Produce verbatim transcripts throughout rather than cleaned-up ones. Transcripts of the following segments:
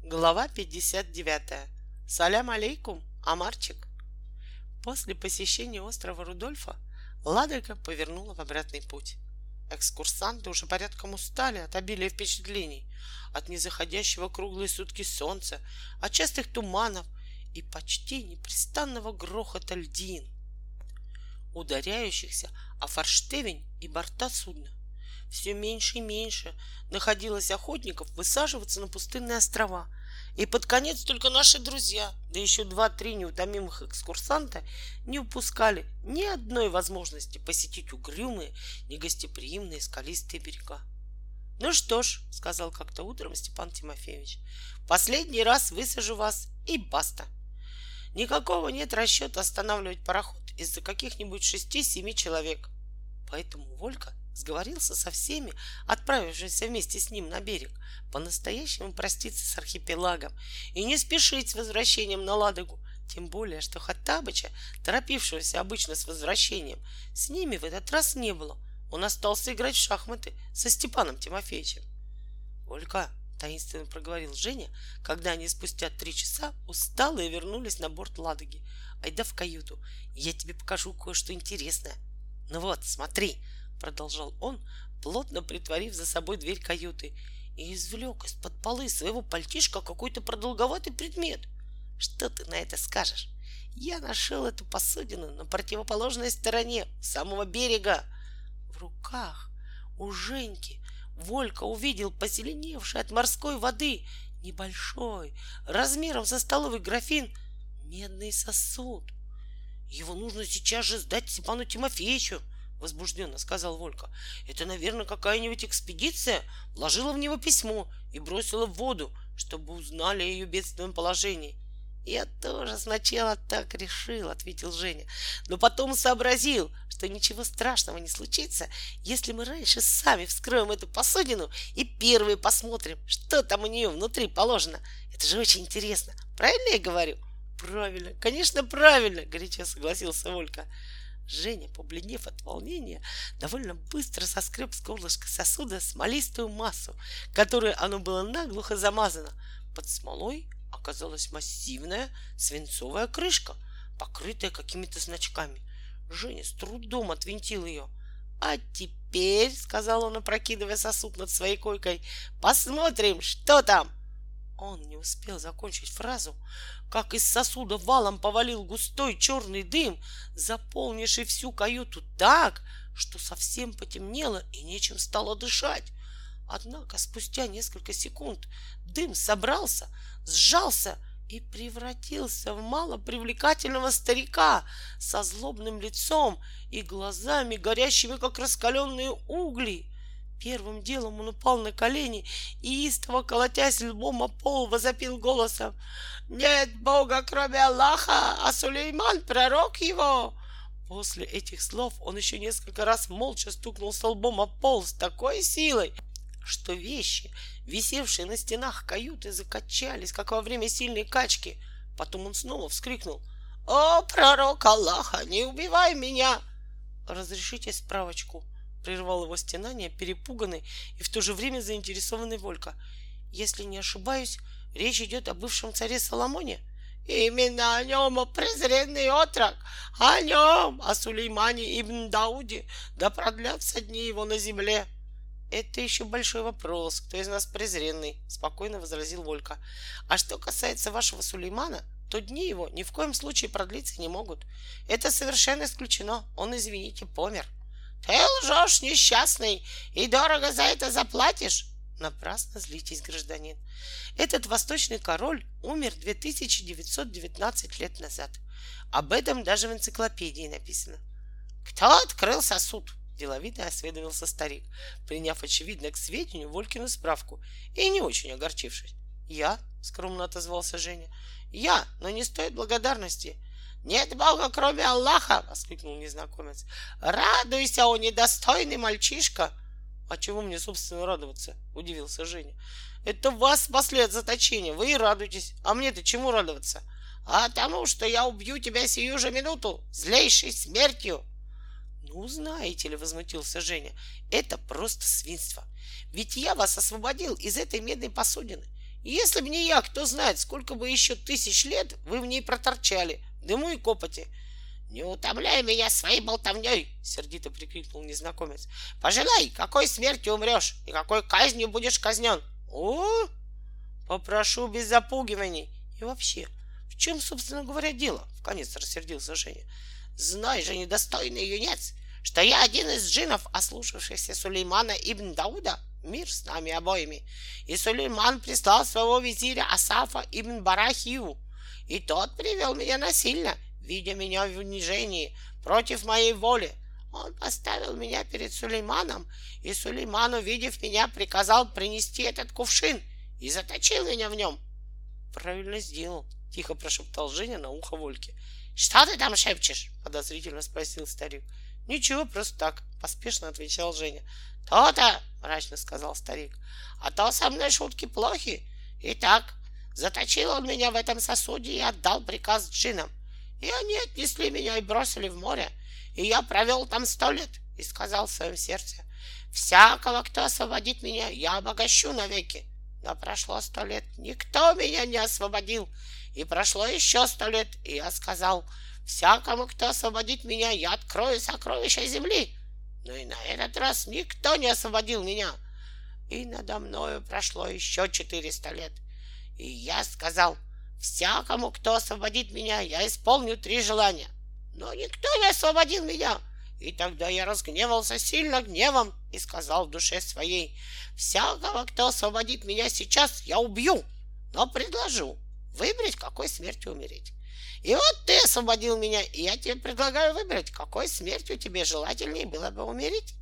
Глава пятьдесят девятая. Салям алейкум, Амарчик. После посещения острова Рудольфа Ладога повернула в обратный путь. Экскурсанты уже порядком устали от обилия впечатлений, от незаходящего круглые сутки солнца, от частых туманов и почти непрестанного грохота льдин, ударяющихся о форштевень и борта судна. Все меньше и меньше находилось охотников высаживаться на пустынные острова, и под конец только наши друзья, да еще два-три неутомимых экскурсанта, не упускали ни одной возможности посетить угрюмые, негостеприимные скалистые берега. — Ну что ж, — сказал как-то утром Степан Тимофеевич, — последний раз высажу вас и баста. Никакого нет расчета останавливать пароход из-за каких-нибудь шести-семи человек. Поэтому Волька сговорился со всеми, отправившимися вместе с ним на берег, по-настоящему проститься с архипелагом и не спешить с возвращением на Ладогу, тем более, что Хоттабыча, торопившегося обычно с возвращением, с ними в этот раз не было. Он остался играть в шахматы со Степаном Тимофеевичем. — Волька, — таинственно проговорил Женя, когда они спустя три часа усталые вернулись на борт Ладоги, — айда в каюту, я тебе покажу кое-что интересное. — Ну вот, смотри, — продолжал он, плотно притворив за собой дверь каюты, и извлек из-под полы своего пальтишка какой-то продолговатый предмет. — Что ты на это скажешь? Я нашел эту посудину на противоположной стороне, у самого берега. В руках у Женьки Волька увидел позеленевший от морской воды небольшой, размером со столовый графин, медный сосуд. — Его нужно сейчас же сдать Степану Тимофеевичу, — возбужденно сказал Волька. — Это, наверное, какая-нибудь экспедиция вложила в него письмо и бросила в воду, чтобы узнали о ее бедственном положении. — Я тоже сначала так решил, — ответил Женя, — но потом сообразил, что ничего страшного не случится, если мы раньше сами вскроем эту посудину и первые посмотрим, что там у нее внутри положено. Это же очень интересно. Правильно я говорю? — Правильно, конечно, правильно, — горячо согласился Волька. Женя, побледнев от волнения, довольно быстро соскреб с горлышка сосуда смолистую массу, которой оно было наглухо замазано. Под смолой оказалась массивная свинцовая крышка, покрытая какими-то значками. Женя с трудом отвинтил ее. — А теперь, — сказал он, опрокидывая сосуд над своей койкой, — посмотрим, что там. Он не успел закончить фразу, как из сосуда валом повалил густой черный дым, заполнивший всю каюту так, что совсем потемнело и нечем стало дышать. Однако спустя несколько секунд дым собрался, сжался и превратился в малопривлекательного старика со злобным лицом и глазами, горящими, как раскаленные угли. Первым делом он упал на колени и, истово колотясь лбом о пол, возопил голосом: «Нет Бога, кроме Аллаха, а Сулейман — пророк его!» После этих слов он еще несколько раз молча стукнулся лбом о пол с такой силой, что вещи, висевшие на стенах каюты, закачались, как во время сильной качки. Потом он снова вскрикнул: «О, пророк Аллаха, не убивай меня!» «Разрешите справочку?» — прервал его стенание перепуганный и в то же время заинтересованный Волька. — Если не ошибаюсь, речь идет о бывшем царе Соломоне? — Именно о нем, о презренный отрок, о нем, о Сулеймане ибн Дауде, да продлятся дни его на земле. — Это еще большой вопрос, кто из нас презренный, — спокойно возразил Волька. — А что касается вашего Сулеймана, то дни его ни в коем случае продлиться не могут. Это совершенно исключено, он, извините, помер. — Ты лжешь, несчастный, и дорого за это заплатишь. Напрасно злитесь, гражданин. Этот восточный король умер две тысячи девятьсот девятнадцать лет назад. Об этом даже в энциклопедии написано. — Кто открыл сосуд? — деловито осведомился старик, приняв, очевидно, к сведению Волькину справку и не очень огорчившись. — Я, — скромно отозвался Женя. — Я, но не стоит благодарности. — Нет Бога, кроме Аллаха! — воскликнул незнакомец. — Радуйся, о недостойный мальчишка! — А чего мне, собственно, радоваться? — удивился Женя. — Это вас спасли от заточения, вы и радуетесь. А мне-то чему радоваться? — А тому, что я убью тебя сию же минуту, злейшей смертью! — Ну, знаете ли, — возмутился Женя, — это просто свинство. Ведь я вас освободил из этой медной посудины. Если бы не я, кто знает, сколько бы еще тысяч лет вы в ней проторчали, в дыму и копоти. «Не утомляй меня своей болтовней!» — сердито прикрикнул незнакомец. «Пожелай, какой смертью умрешь и какой казнью будешь казнен!» «О, попрошу без запугиваний! И вообще, в чем, собственно говоря, дело?» — вконец рассердился Женя. «Знай же, недостойный юнец, что я один из джиннов, ослушавшихся Сулеймана ибн Дауда, мир с нами обоими, и Сулейман прислал своего визиря Асафа ибн Барахию, и тот привел меня насильно, видя меня в унижении против моей воли. Он поставил меня перед Сулейманом, и Сулейман, увидев меня, приказал принести этот кувшин и заточил меня в нем». «Правильно сделал», — тихо прошептал Женя на ухо Вольке. «Что ты там шепчешь?» — подозрительно спросил старик. «Ничего, просто так», — поспешно отвечал Женя. «То-то», — мрачно сказал старик, — «а то со мной шутки плохи. Итак, заточил он меня в этом сосуде и отдал приказ джиннам. И они отнесли меня и бросили в море. И я провел там сто лет и сказал в своем сердце: всякого, кто освободит меня, я обогащу навеки. Но прошло сто лет, никто меня не освободил. И прошло еще сто лет, и я сказал: всякому, кто освободит меня, я открою сокровища земли. Но и на этот раз никто не освободил меня. И надо мною прошло еще четыреста лет. И я сказал: всякому, кто освободит меня, я исполню три желания. Но никто не освободил меня. И тогда я разгневался сильно гневом и сказал в душе своей: всякого, кто освободит меня сейчас, я убью, но предложу выбрать, какой смертью умереть. И вот ты освободил меня, и я тебе предлагаю выбрать, какой смертью тебе желательнее было бы умереть.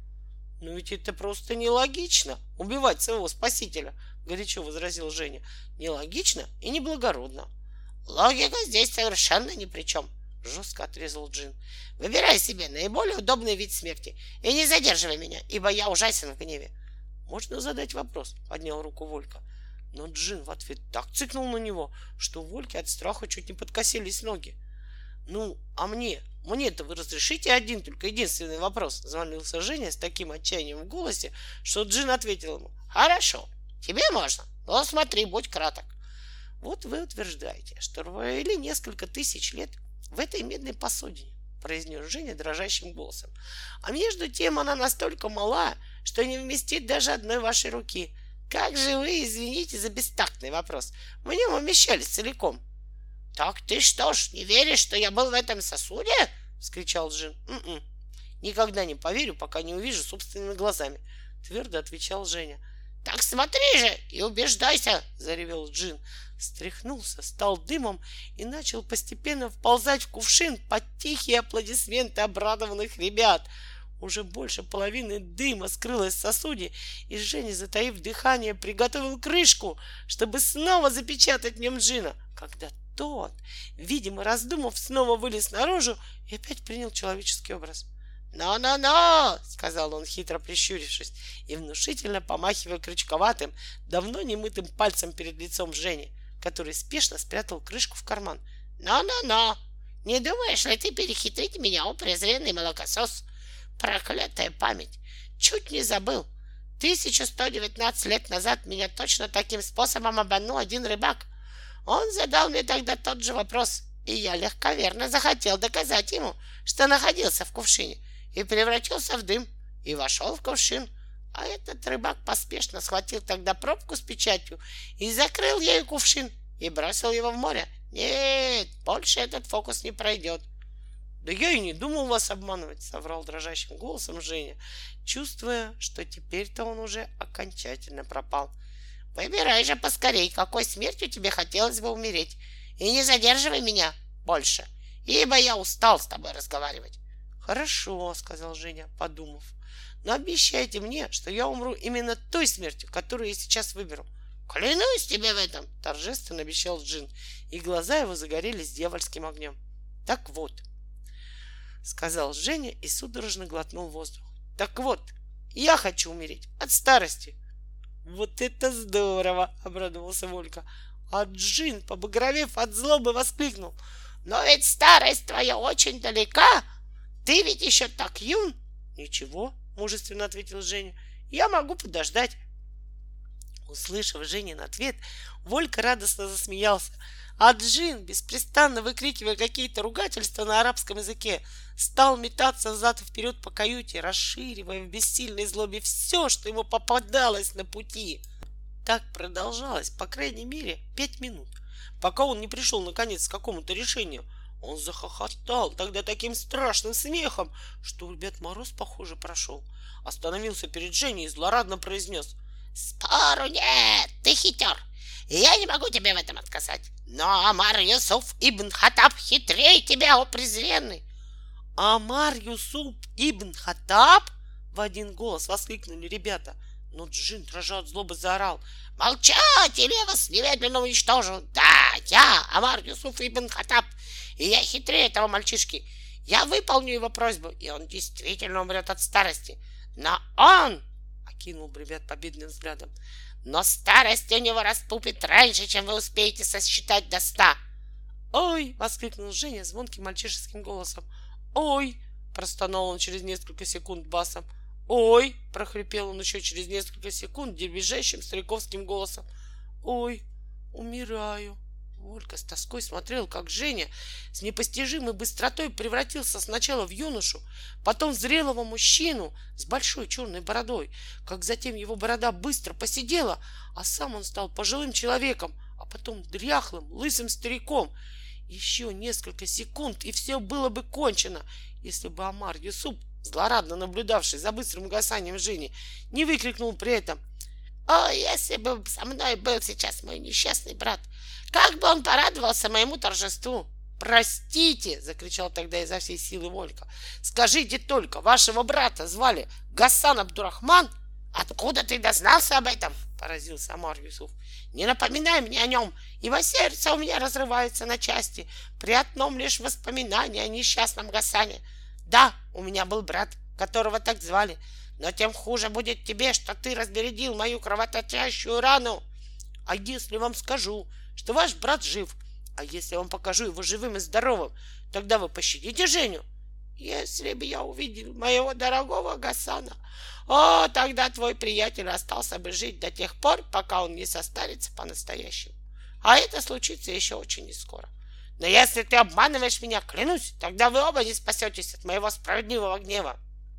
«Но ведь это просто нелогично, убивать своего спасителя», — горячо возразил Женя. «Нелогично и неблагородно». «Логика здесь совершенно ни при чем», — жестко отрезал Джин. «Выбирай себе наиболее удобный вид смерти и не задерживай меня, ибо я ужасен в гневе». «Можно задать вопрос?» — поднял руку Волька. Но Джин в ответ так цыкнул на него, что у Вольки от страха чуть не подкосились ноги. «Ну, а мне? Мне-то вы разрешите один только единственный вопрос?» — звонился Женя с таким отчаянием в голосе, что Джин ответил ему: «Хорошо, тебе можно, но смотри, будь краток». «Вот вы утверждаете, что провели несколько тысяч лет в этой медной посудине», — произнес Женя дрожащим голосом. «А между тем она настолько мала, что не вместит даже одной вашей руки. Как же вы, извините за бестактный вопрос, в нем умещались целиком?» «Так ты что ж, не веришь, что я был в этом сосуде?» — вскричал Джин. «М-м. Никогда не поверю, пока не увижу собственными глазами», — твердо отвечал Женя. «Так смотри же и убеждайся!» — заревел Джин. Стряхнулся, стал дымом и начал постепенно вползать в кувшин под тихие аплодисменты обрадованных ребят. Уже больше половины дыма скрылось в сосуде, и Женя, затаив дыхание, приготовил крышку, чтобы снова запечатать в нем Джина, когда тот, видимо раздумав, снова вылез наружу и опять принял человеческий образ. «Но-но-но!» — сказал он, хитро прищурившись и внушительно помахивая крючковатым, давно немытым пальцем перед лицом Жени, который спешно спрятал крышку в карман. «Но-но-но! Не думаешь ли ты перехитрить меня, о презренный молокосос? Проклятая память! Чуть не забыл! тысяча сто девятнадцать лет назад меня точно таким способом обманул один рыбак. Он задал мне тогда тот же вопрос, и я легковерно захотел доказать ему, что находился в кувшине, и превратился в дым, и вошел в кувшин. А этот рыбак поспешно схватил тогда пробку с печатью и закрыл ею кувшин, и бросил его в море. Нет, больше этот фокус не пройдет». «Да я и не думал вас обманывать», — соврал дрожащим голосом Женя, чувствуя, что теперь-то он уже окончательно пропал. «Выбирай же поскорей, какой смертью тебе хотелось бы умереть, и не задерживай меня больше, ибо я устал с тобой разговаривать». «Хорошо», — сказал Женя, подумав, «но обещайте мне, что я умру именно той смертью, которую я сейчас выберу». «Клянусь тебе в этом», — торжественно обещал Джин, и глаза его загорелись дьявольским огнем. «Так вот», — сказал Женя и судорожно глотнул воздух. «Так вот, я хочу умереть от старости». «Вот это здорово!» — обрадовался Волька. А Джин, побагровев от злобы, воскликнул: «Но ведь старость твоя очень далека! Ты ведь еще так юн!» «Ничего», — мужественно ответил Женя, — «я могу подождать». Услышав Женин ответ, Волька радостно засмеялся, а Джин, беспрестанно выкрикивая какие-то ругательства на арабском языке, стал метаться взад и вперед по каюте, расширивая в бессильной злобе все, что ему попадалось на пути. Так продолжалось, по крайней мере, пять минут, пока он не пришел наконец к какому-то решению. Он захохотал тогда таким страшным смехом, что у ребят мороз, похоже, прошел. Остановился перед Женей и злорадно произнес: «Спору нет, ты хитер, и я не могу тебе в этом отказать. Но Амар Юсуф ибн Хаттаб хитрее тебя, о презренный!» «Амар Юсуф ибн Хаттаб?» — в один голос воскликнули ребята. Но Джин, дрожа от злобы, заорал: «Молчать, или я вас немедленно уничтожу! Да, я Амар Юсуф ибн Хаттаб, и я хитрее этого мальчишки. Я выполню его просьбу, и он действительно умрет от старости. Но он...» — окинул ребят победным взглядом. «Но старость у него расступит раньше, чем вы успеете сосчитать до ста!» «Ой!» — воскликнул Женя звонким мальчишеским голосом. «Ой!» — простонал он через несколько секунд басом. «Ой!» — прохрипел он еще через несколько секунд дребезжащим стариковским голосом. «Ой, умираю!» Волька с тоской смотрел, как Женя с непостижимой быстротой превратился сначала в юношу, потом в зрелого мужчину с большой черной бородой, как затем его борода быстро поседела, а сам он стал пожилым человеком, а потом дряхлым, лысым стариком. Еще несколько секунд, и все было бы кончено, если бы Амар Юсуф, злорадно наблюдавший за быстрым угасанием Жени, не выкрикнул при этом: «О, если бы со мной был сейчас мой несчастный брат, как бы он порадовался моему торжеству!» «Простите!» — закричал тогда изо всей силы Волька. «Скажите только, вашего брата звали Гасан Абдурахман?» «Откуда ты дознался об этом?» — поразился Амар Юсуф. «Не напоминай мне о нем, ибо сердце у меня разрывается на части при одном лишь воспоминании о несчастном Гасане. Да, у меня был брат, которого так звали, но тем хуже будет тебе, что ты разбередил мою кровоточащую рану». «А если вам скажу, что ваш брат жив, а если вам покажу его живым и здоровым, тогда вы пощадите Женю?» «Если бы я увидел моего дорогого Гасана, о, тогда твой приятель остался бы жить до тех пор, пока он не состарится по-настоящему. А это случится еще очень нескоро. Но если ты обманываешь меня, клянусь, тогда вы оба не спасетесь от моего справедливого гнева».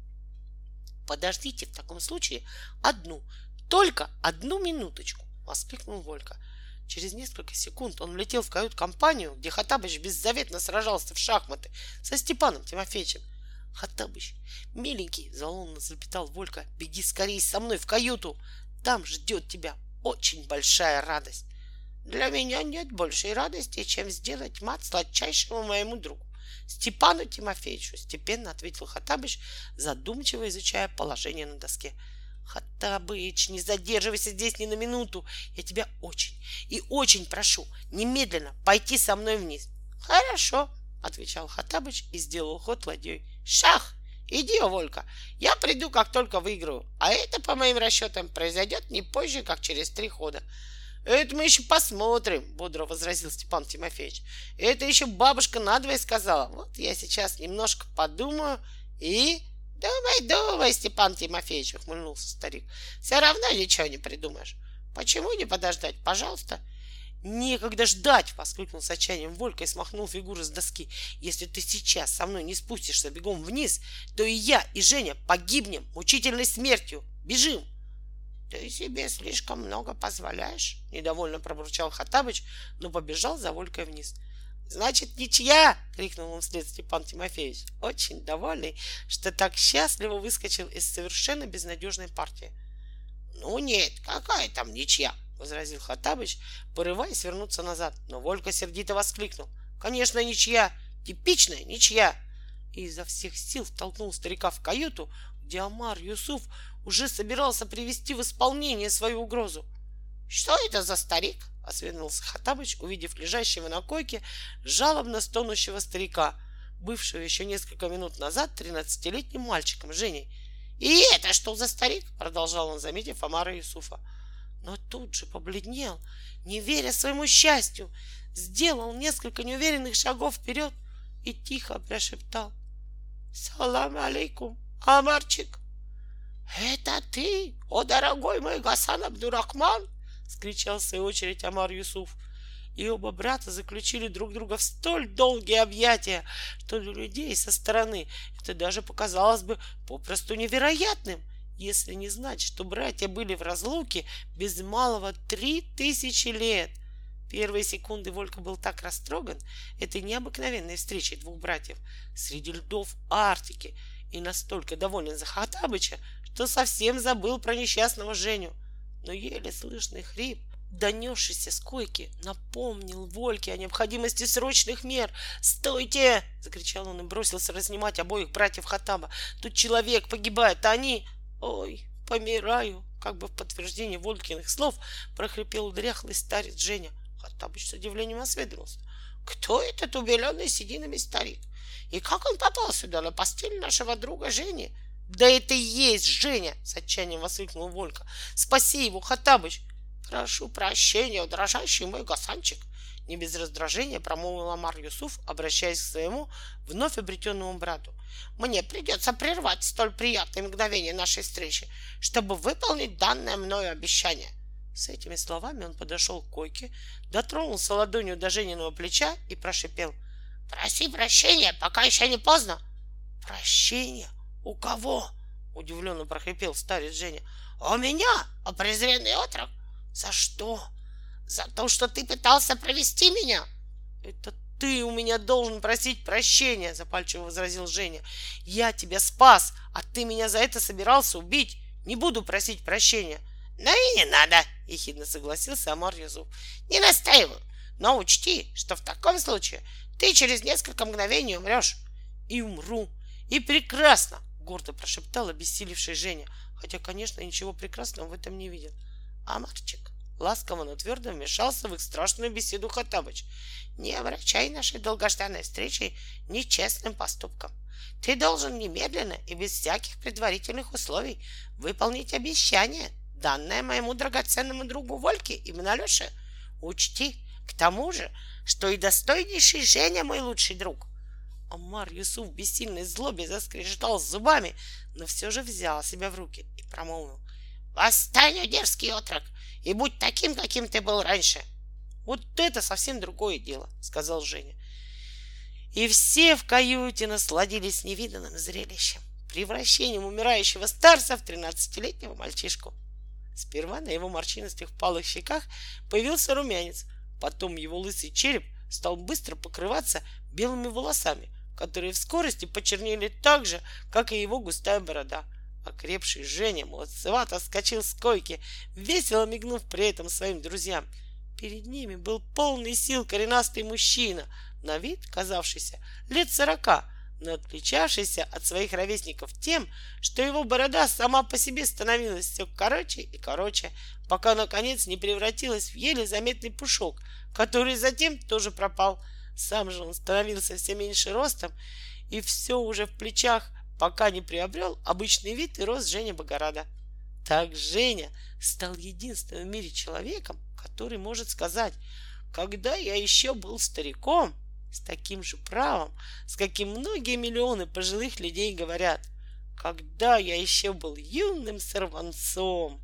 «Подождите в таком случае одну, только одну минуточку!» — воскликнул Волька. Через несколько секунд он влетел в кают-компанию, где Хаттабыч беззаветно сражался в шахматы со Степаном Тимофеевичем. «Хаттабыч, миленький!» — злоумно залепетал Волька. «Беги скорее со мной в каюту! Там ждет тебя очень большая радость!» «Для меня нет большей радости, чем сделать мат сладчайшему моему другу Степану Тимофеевичу», — степенно ответил Хаттабыч, задумчиво изучая положение на доске. «Хаттабыч, не задерживайся здесь ни на минуту. Я тебя очень и очень прошу немедленно пойти со мной вниз». «Хорошо», — отвечал Хаттабыч и сделал ход ладьей. «Шах! Иди, о Волька, я приду, как только выиграю, а это, по моим расчетам, произойдет не позже, как через три хода». «Это мы еще посмотрим», — бодро возразил Степан Тимофеевич. «Это еще бабушка надвое сказала. Вот я сейчас немножко подумаю и...» «Думай, думай, Степан Тимофеевич», — ухмыльнулся старик. «Все равно ничего не придумаешь. Почему не подождать, пожалуйста?» «Некогда ждать!» — воскликнул с отчаянием Волька и смахнул фигуру с доски. «Если ты сейчас со мной не спустишься бегом вниз, то и я, и Женя погибнем мучительной смертью. Бежим!» «Ты себе слишком много позволяешь», — недовольно пробурчал Хаттабыч, но побежал за Волькой вниз. «Значит, ничья!» — крикнул он вслед Степан Тимофеевич, очень довольный, что так счастливо выскочил из совершенно безнадежной партии. «Ну нет, какая там ничья!» — возразил Хаттабыч, порываясь вернуться назад, но Волька сердито воскликнул: «Конечно, ничья! Типичная ничья!» И изо всех сил втолкнул старика в каюту, где Амар Юсуф уже собирался привести в исполнение свою угрозу. «Что это за старик?» — осведомился Хаттабыч, увидев лежащего на койке жалобно стонущего старика, бывшего еще несколько минут назад тринадцатилетним мальчиком Женей. «И это что за старик?» — продолжал он, заметив Амара Юсуфа. Но тут же побледнел, не веря своему счастью, сделал несколько неуверенных шагов вперед и тихо прошептал: «Салам алейкум, Амарчик!» «Это ты, о дорогой мой Гасан Абдурахман?» скричал в свою очередь Омар Юсуф. И оба брата заключили друг друга в столь долгие объятия, что для людей со стороны это даже показалось бы попросту невероятным, если не знать, что братья были в разлуке без малого три тысячи лет. Первые секунды Волька был так растроган этой необыкновенной встречей двух братьев среди льдов Арктики и настолько доволен за Хоттабыча, что совсем забыл про несчастного Женю. Но еле слышный хрип, донесшийся с койки, напомнил Вольке о необходимости срочных мер. «Стойте!» — закричал он и бросился разнимать обоих братьев Хоттаба. «Тут человек погибает, а они...» «Ой, помираю!» — как бы в подтверждение Волькиных слов прохрипел дряхлый старец Женя. Хоттабыч с удивлением осведомился: «Кто этот убеленный сединами старик? И как он попал сюда, на постель нашего друга Жени?» «Да это и есть Женя!» — с отчаянием воскликнул Волька. «Спаси его, Хоттабыч!» «Прошу прощения, дрожащий мой гасанчик!» — не без раздражения промолвил Омар Юсуф, обращаясь к своему вновь обретенному брату. «Мне придется прервать столь приятное мгновение нашей встречи, чтобы выполнить данное мною обещание». С этими словами он подошел к койке, дотронулся ладонью до Жениного плеча и прошипел: «Проси прощения, пока еще не поздно». «Прощения? У кого?» — удивленно прохрипел старец Женя. «У меня, о презренный отрок». «За что?» «За то, что ты пытался провести меня». «Это ты у меня должен просить прощения», — запальчиво возразил Женя. «Я тебя спас, а ты меня за это собирался убить. Не буду просить прощения». «Ну и не надо», — ехидно согласился Омар Юсуф. «Не настаиваю, но учти, что в таком случае ты через несколько мгновений умрешь». «И умру, и прекрасно», — гордо прошептал обессилевший Женя, хотя, конечно, ничего прекрасного в этом не видел. «Омарчик», — ласково, но твердо вмешался в их страшную беседу Хоттабыч, «не обращай нашей долгожданной встречи нечестным поступком. Ты должен немедленно и без всяких предварительных условий выполнить обещание, данное моему драгоценному другу Вольке и Алёше. Учти, к тому же, что и достойнейший Женя мой лучший друг». Омар Юсуф в бессильной злобе заскрежетал зубами, но все же взял себя в руки и промолвил: «Восстань, дерзкий отрок, и будь таким, каким ты был раньше». «Вот это совсем другое дело», — сказал Женя. И все в каюте насладились невиданным зрелищем — превращением умирающего старца в тринадцатилетнего мальчишку. Сперва на его морщинистых впалых щеках появился румянец, потом его лысый череп стал быстро покрываться белыми волосами, которые в скорости почернели так же, как и его густая борода. Окрепший Женя молодцевато вскочил с койки, весело мигнув при этом своим друзьям. Перед ними был полный сил коренастый мужчина, на вид казавшийся лет сорока, но отличавшийся от своих ровесников тем, что его борода сама по себе становилась все короче и короче, пока наконец не превратилась в еле заметный пушок, который затем тоже пропал. Сам же он становился все меньше ростом и все уже в плечах, пока не приобрел обычный вид и рост Жени Богорада. Так Женя стал единственным в мире человеком, который может сказать: «Когда я еще был стариком», с таким же правом, с каким многие миллионы пожилых людей говорят: «Когда я еще был юным сорванцом».